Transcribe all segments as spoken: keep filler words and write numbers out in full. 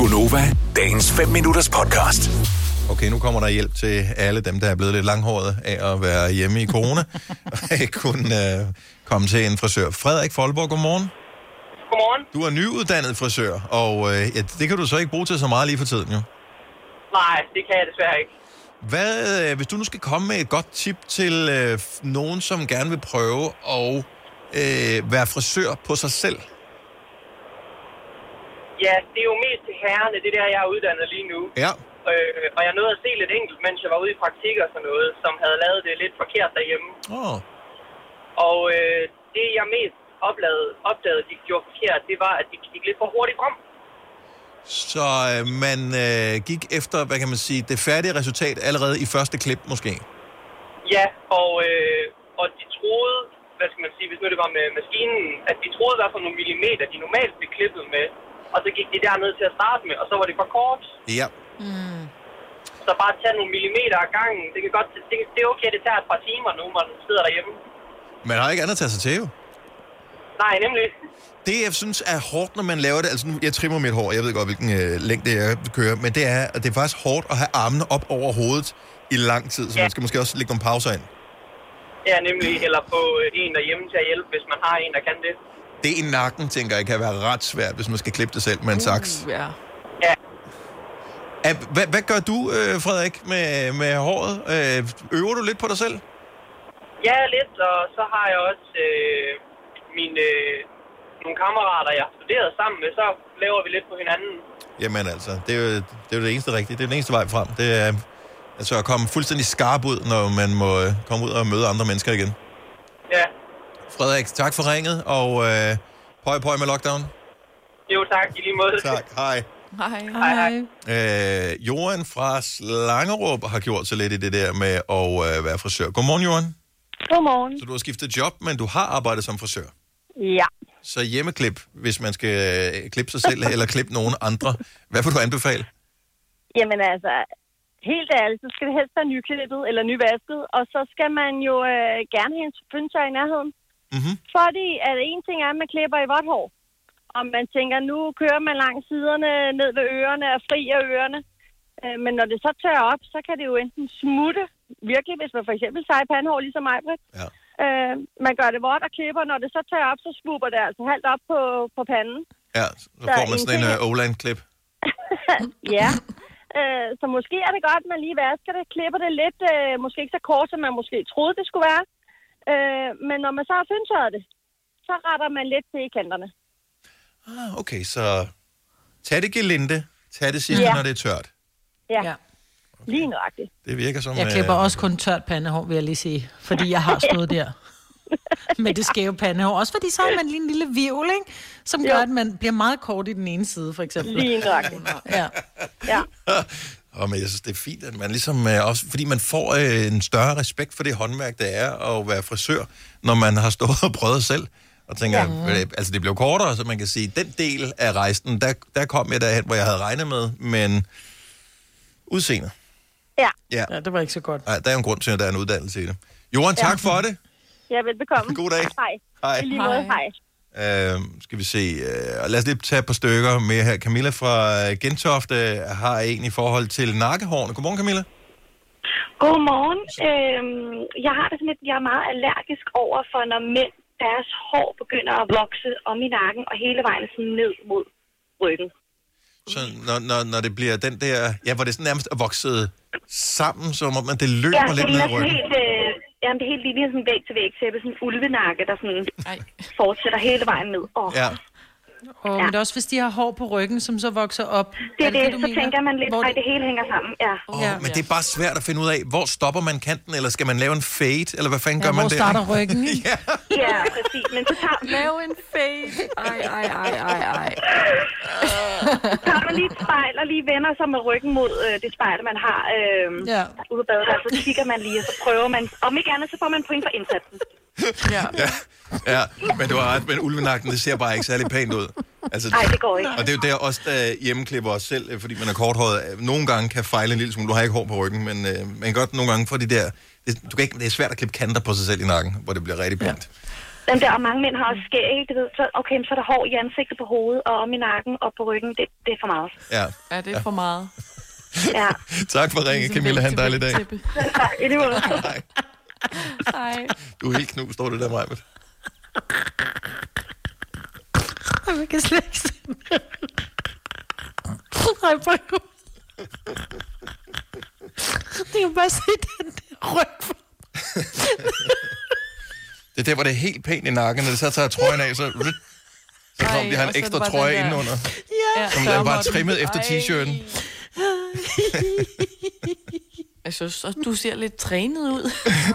Gunova, dagens fem minutters podcast. Okay, nu kommer der hjælp til alle dem, der er blevet lidt langhåret af at være hjemme i corona, og ikke kunne øh, komme til en frisør. Frederik Folborg, godmorgen. Godmorgen. Du er nyuddannet frisør, og øh, ja, det kan du så ikke bruge til så meget lige for tiden, jo? Nej, det kan jeg desværre ikke. Hvad, øh, hvis du nu skal komme med et godt tip til øh, nogen, som gerne vil prøve at øh, være frisør på sig selv? Ja, det er jo mest til herrerne, det der, jeg er uddannet lige nu. Ja. Øh, og jeg nåede at se lidt enkelt, mens jeg var ude i praktik og sådan noget, som havde lavet det lidt forkert derhjemme. Oh. Og øh, det, jeg mest opdagede, opdagede, de gjorde forkert, det var, at de gik lidt for hurtigt frem. Så øh, man øh, gik efter, hvad kan man sige, det færdige resultat allerede i første klip måske? Ja, og, øh, og de troede, hvad skal man sige, hvis nu det var med maskinen, at de troede, der var nogle millimeter, de normalt blev klippet med. Og så gik de derned til at starte med, og så var det for kort. Ja. Mm. Så bare tage nogle millimeter ad gangen. Det kan godt, det, det er okay, det tager et par timer nu, man sidder derhjemme. Man har ikke andet at tage sig til, jo. Nej, nemlig. Det, jeg synes er hårdt, når man laver det, altså nu, jeg trimmer mit hår, jeg ved godt, hvilken øh, længde jeg kører, men det er, at det er faktisk hårdt at have armene op over hovedet i lang tid, så ja. Man skal måske også lægge nogle pauser ind. Ja, nemlig. Eller få en derhjemme til at hjælpe, hvis man har en, der kan det. Det i nakken, tænker jeg, kan være ret svært, hvis man skal klippe det selv med en saks. Uh, ja. Ja. Hvad, hvad gør du, øh, Frederik, med, med håret? Øh, øver du lidt på dig selv? Ja, lidt, og så har jeg også øh, mine, øh, nogle kammerater, jeg har studeret sammen med, så laver vi lidt på hinanden. Jamen altså, det er jo det, er jo det eneste rigtige. Det er den eneste vej frem. Det er altså at komme fuldstændig skarp ud, når man må komme ud og møde andre mennesker igen. Ja. Frederik, tak for ringet, og øh, pøj pøj med lockdown. Jo, tak. I lige måde. Tak. Hej. Hej. Hej, hej. Øh, Johan fra Slangerup har gjort så lidt i det der med at øh, være frisør. Godmorgen, Johan. Godmorgen. Så du har skiftet job, men du har arbejdet som frisør. Ja. Så hjemmeklip, hvis man skal øh, klippe sig selv eller klippe nogen andre. Hvad vil du anbefale? Jamen altså, helt ærligt, så skal det helst være nyklippet eller nyvasket, og så skal man jo øh, gerne have en fønsør i nærheden. Mm-hmm. Fordi at en ting er, at man klipper i vådt hår, og man tænker, nu kører man langs siderne ned ved ørerne og fri af ørerne. Øh, men når det så tørrer op, så kan det jo enten smutte, virkelig, hvis man for eksempel seje pandehår, ligesom mig, Britt. Ja. Øh, man gør det vådt og klipper, når det så tørrer op, så svupper det altså halvt op på, på panden. Ja, så, så får man sådan en uh, Oland-klip. Ja. Øh, så måske er det godt, at man lige vasker det, klipper det lidt, øh, måske ikke så kort, som man måske troede, det skulle være. Øh, men når man så har fyndtørret det, så retter man lidt til i kanterne. Ah, okay, så tag det gelinde, tag det sidste, ja. Når det er tørt. Ja, ja. Okay. Lige nøjagtigt. Det virker som... Jeg klipper øh... også kun tørt pandehår, vil jeg lige sige, fordi jeg har stået der med det skæve pandehår. Også fordi så har man lige en lille virvel, ikke? Som gør, jo. At man bliver meget kort i den ene side, for eksempel. Lige nøjagtigt. Ja. Ja. Og men jeg synes, det er fint, at man ligesom... Øh, også, fordi man får øh, en større respekt for det håndværk, det er at være frisør, når man har stået og prøvet selv. Og tænker, ja. øh, altså det blev kortere, så man kan sige, den del af rejsen, der, der kom jeg derhen, hvor jeg havde regnet med, men udseende. Ja. Ja. Ja, det var ikke så godt. Nej, der er jo en grund til, at der er en uddannelse i det. Johan, tak ja. For det. Ja, velbekomme. God dag. Hej. Hej. I lige måde, hej. Uh, skal vi se. Uh, lad os lige tage et par stykker med her. Camilla fra Gentofte har en i forhold til nakkehårene. Godmorgen, Camilla. Godmorgen. Øhm, jeg har det sådan lidt, jeg er meget allergisk over for, når mænd, deres hår begynder at vokse om i nakken og hele vejen sådan ned mod ryggen. Så når, når, når det bliver den der... Ja, hvor det sådan nærmest er vokset sammen, som om man det løber ja, lidt ned ned i ryggen. Helt, øh, jamen, det er helt lige sådan væg til væg tæppe, sådan en ulvenakke, der sådan Ej. fortsætter hele vejen ned. Oh. Ja. Og ja. Men det er også, hvis de har hår på ryggen, som så vokser op. Det er, er det, det så mener? Tænker man lidt, at det... det hele hænger sammen. Ja. Oh, ja. Men det er bare svært at finde ud af, hvor stopper man kanten, eller skal man lave en fade, eller hvad fanden ja, gør man der? der? Hvor starter ryggen, ja. ja, præcis. Men så tager... Lave en fade. Ej, ej, ej, ej, ej. Så tager man lige et spejl, og lige vender sig med ryggen mod øh, det spejl, man har øh, ja. ude på badet. Så kigger man lige, og så prøver man. Om ikke andet, så får man point for indsatsen. Ja. ja. Ja, men du har ret, men ulvenakken, det ser bare ikke særlig pænt ud. Altså, nej, det går ikke. Og det er jo der også, der hjemmeklipper os selv, fordi man er korthåret. Nogle gange kan fejle en lille smule. Du har ikke hår på ryggen, men øh, man kan godt nogle gange få de der... Det, du kan ikke, det er svært at klippe kanter på sig selv i nakken, hvor det bliver rigtig pænt. Den der, og mange mænd har også skæg, du ved, så, okay, så er der hår i ansigtet på hovedet, og om i nakken og på ryggen, det, det er for meget. Ja. Ja, det er for meget. Ja. Tak for ringen, Camilla. Ha' en dejlig dag. Tak, i lige måde. Hej. Hej. Du er helt knust, står det der, Majbet. Jeg kan slet ikke se det. Nej, prøv at det kan bare se den der ryg. Det er der, hvor det er helt pænt i nakken, når det så tager trøjen af, så... Så kommer de har en ekstra trøje indenunder. Ja. Som er bare trimmet efter t-shirten. Jeg synes også, du ser lidt trænet ud.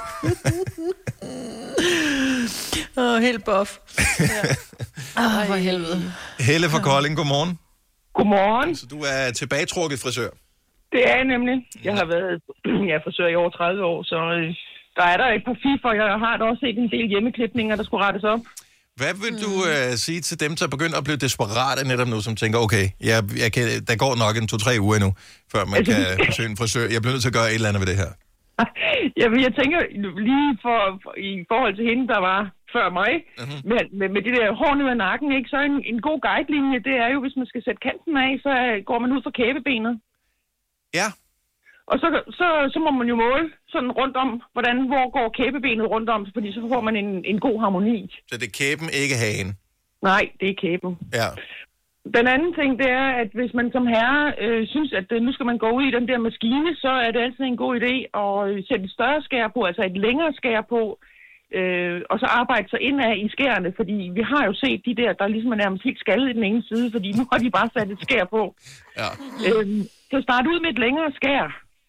Åh, oh, helt buff. Ja. Åh, oh, for helvede. Helle fra Kolding, godmorgen. Godmorgen. Så du er tilbagetrukket frisør? Det er jeg nemlig. Jeg har været ja, frisør i over tredive år, så øh, der er der et par fifer. Jeg har da også set en del hjemmeklipninger, der skulle rettes op. Hvad vil du øh, sige til dem, der begynder at blive desperate netop nu, som tænker, okay, jeg, jeg kan, der går nok en to-tre uger endnu, før man kan besøge en frisør. Jeg bliver nødt til at gøre et eller andet ved det her. Jamen, jeg tænker lige for, for, i forhold til hende, der var før mig, uh-huh. med, med, med det der hår ned ad nakken, ikke? Så en, en god guidelinje, det er jo, hvis man skal sætte kanten af, så går man ud for kæbebenet. Ja. Og så, så, så må man jo måle sådan rundt om, hvordan, hvor går kæbebenet rundt om, fordi så får man en, en god harmoni. Så det er kæben, ikke hagen? Nej, det er kæben. Ja. Den anden ting, det er, at hvis man som herre øh, synes, at øh, nu skal man gå ud i den der maskine, så er det altid en god idé at sætte et større skær på, altså et længere skær på, øh, og så arbejde sig indad i skærene, fordi vi har jo set de der, der ligesom er nærmest helt skaldet i den ene side, fordi nu har de bare sat et skær på. Ja. Øh, så starte ud med et længere skær.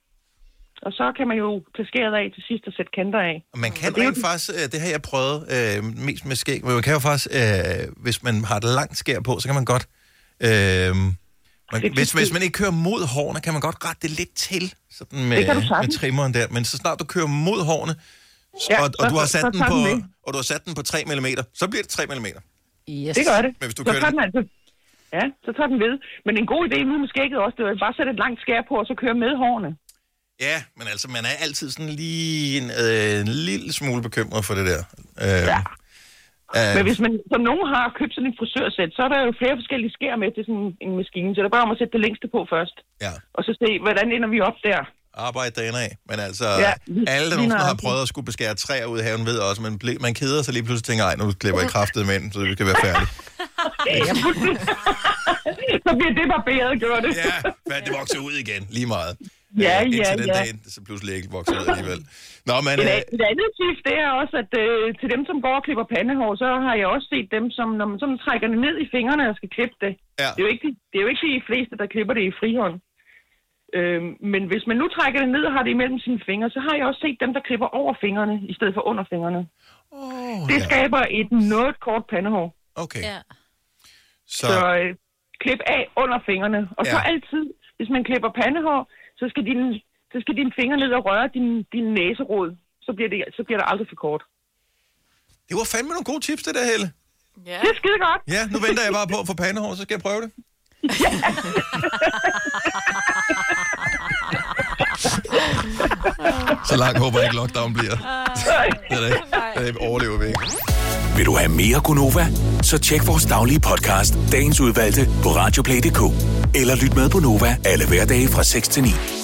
Og så kan man jo tage skæret af til sidst og sætte kanter af. Og man kan rent jo... faktisk, det har jeg prøvet øh, mest med skæg, men man kan jo faktisk, øh, hvis man har et langt skær på, så kan man godt, øh, man, hvis, hvis man ikke kører mod hårene, kan man godt rette det lidt til, sådan med, med trimmeren der. Men så snart du kører mod hårene, ja, og, og, du har sat den på, den og du har sat den på tre millimeter, så bliver det tre millimeter. Yes. Det gør det. Men hvis du så kører den altså, ja, så tager den ved. Men en god idé nu med skægget også, det er bare sætte et langt skær på, og så køre med hårene. Ja, men altså, man er altid sådan lige en, øh, en lille smule bekymret for det der. Øh, ja. Øh, men hvis man, som nogen har købt sådan en frisørsæt, så er der jo flere forskellige skær med til sådan en maskine, så det er bare om at sætte det længste på først. Ja. Og så se, hvordan ender vi op der. Arbejde derinde af. Men altså, ja, alle, der nogensinde har prøvet at skulle beskære træer ud i haven, ved også, man, ble, man keder sig lige pludselig og tænker, ej, nu klipper jeg kraftet med ind, så det kan være færdigt. Så bliver det barberet, gør det. Ja, men det vokser ud igen, lige meget. Ja, øh, ja, den ja. Dag, så pludselig ikke vokser ud alligevel. Nå, men, et, øh... et andet tip, det er også, at øh, til dem, som går og klipper pandehår, så har jeg også set dem, som når man sådan trækker det ned i fingrene og skal klippe det. Ja. Det, er jo ikke, det er jo ikke de fleste, der klipper det i frihånd. Øh, men hvis man nu trækker det ned og har det imellem sine fingre, så har jeg også set dem, der klipper over fingrene, i stedet for under fingrene. Oh, det ja. skaber et noget kort pandehår. Okay. Ja. Så, så øh, klip af under fingrene. Og ja. Så altid, hvis man klipper pandehår, så skal dine, så skal dine fingre ned og røre din, din næserod. Så bliver, det, så bliver det aldrig for kort. Det var fandme nogle gode tips, det der, Helle. Ja. Det er skide godt. Ja, nu venter jeg bare på at få pandehår, så skal jeg prøve det. Så langt håber jeg ikke lockdown bliver. Det er det ikke. Det overlever vi ikke. Vil du have mere Gunova? Så tjek vores daglige podcast, dagens udvalgte, på radioplay punktum d k. Eller lyt med på Nova alle hverdage fra seks til ni.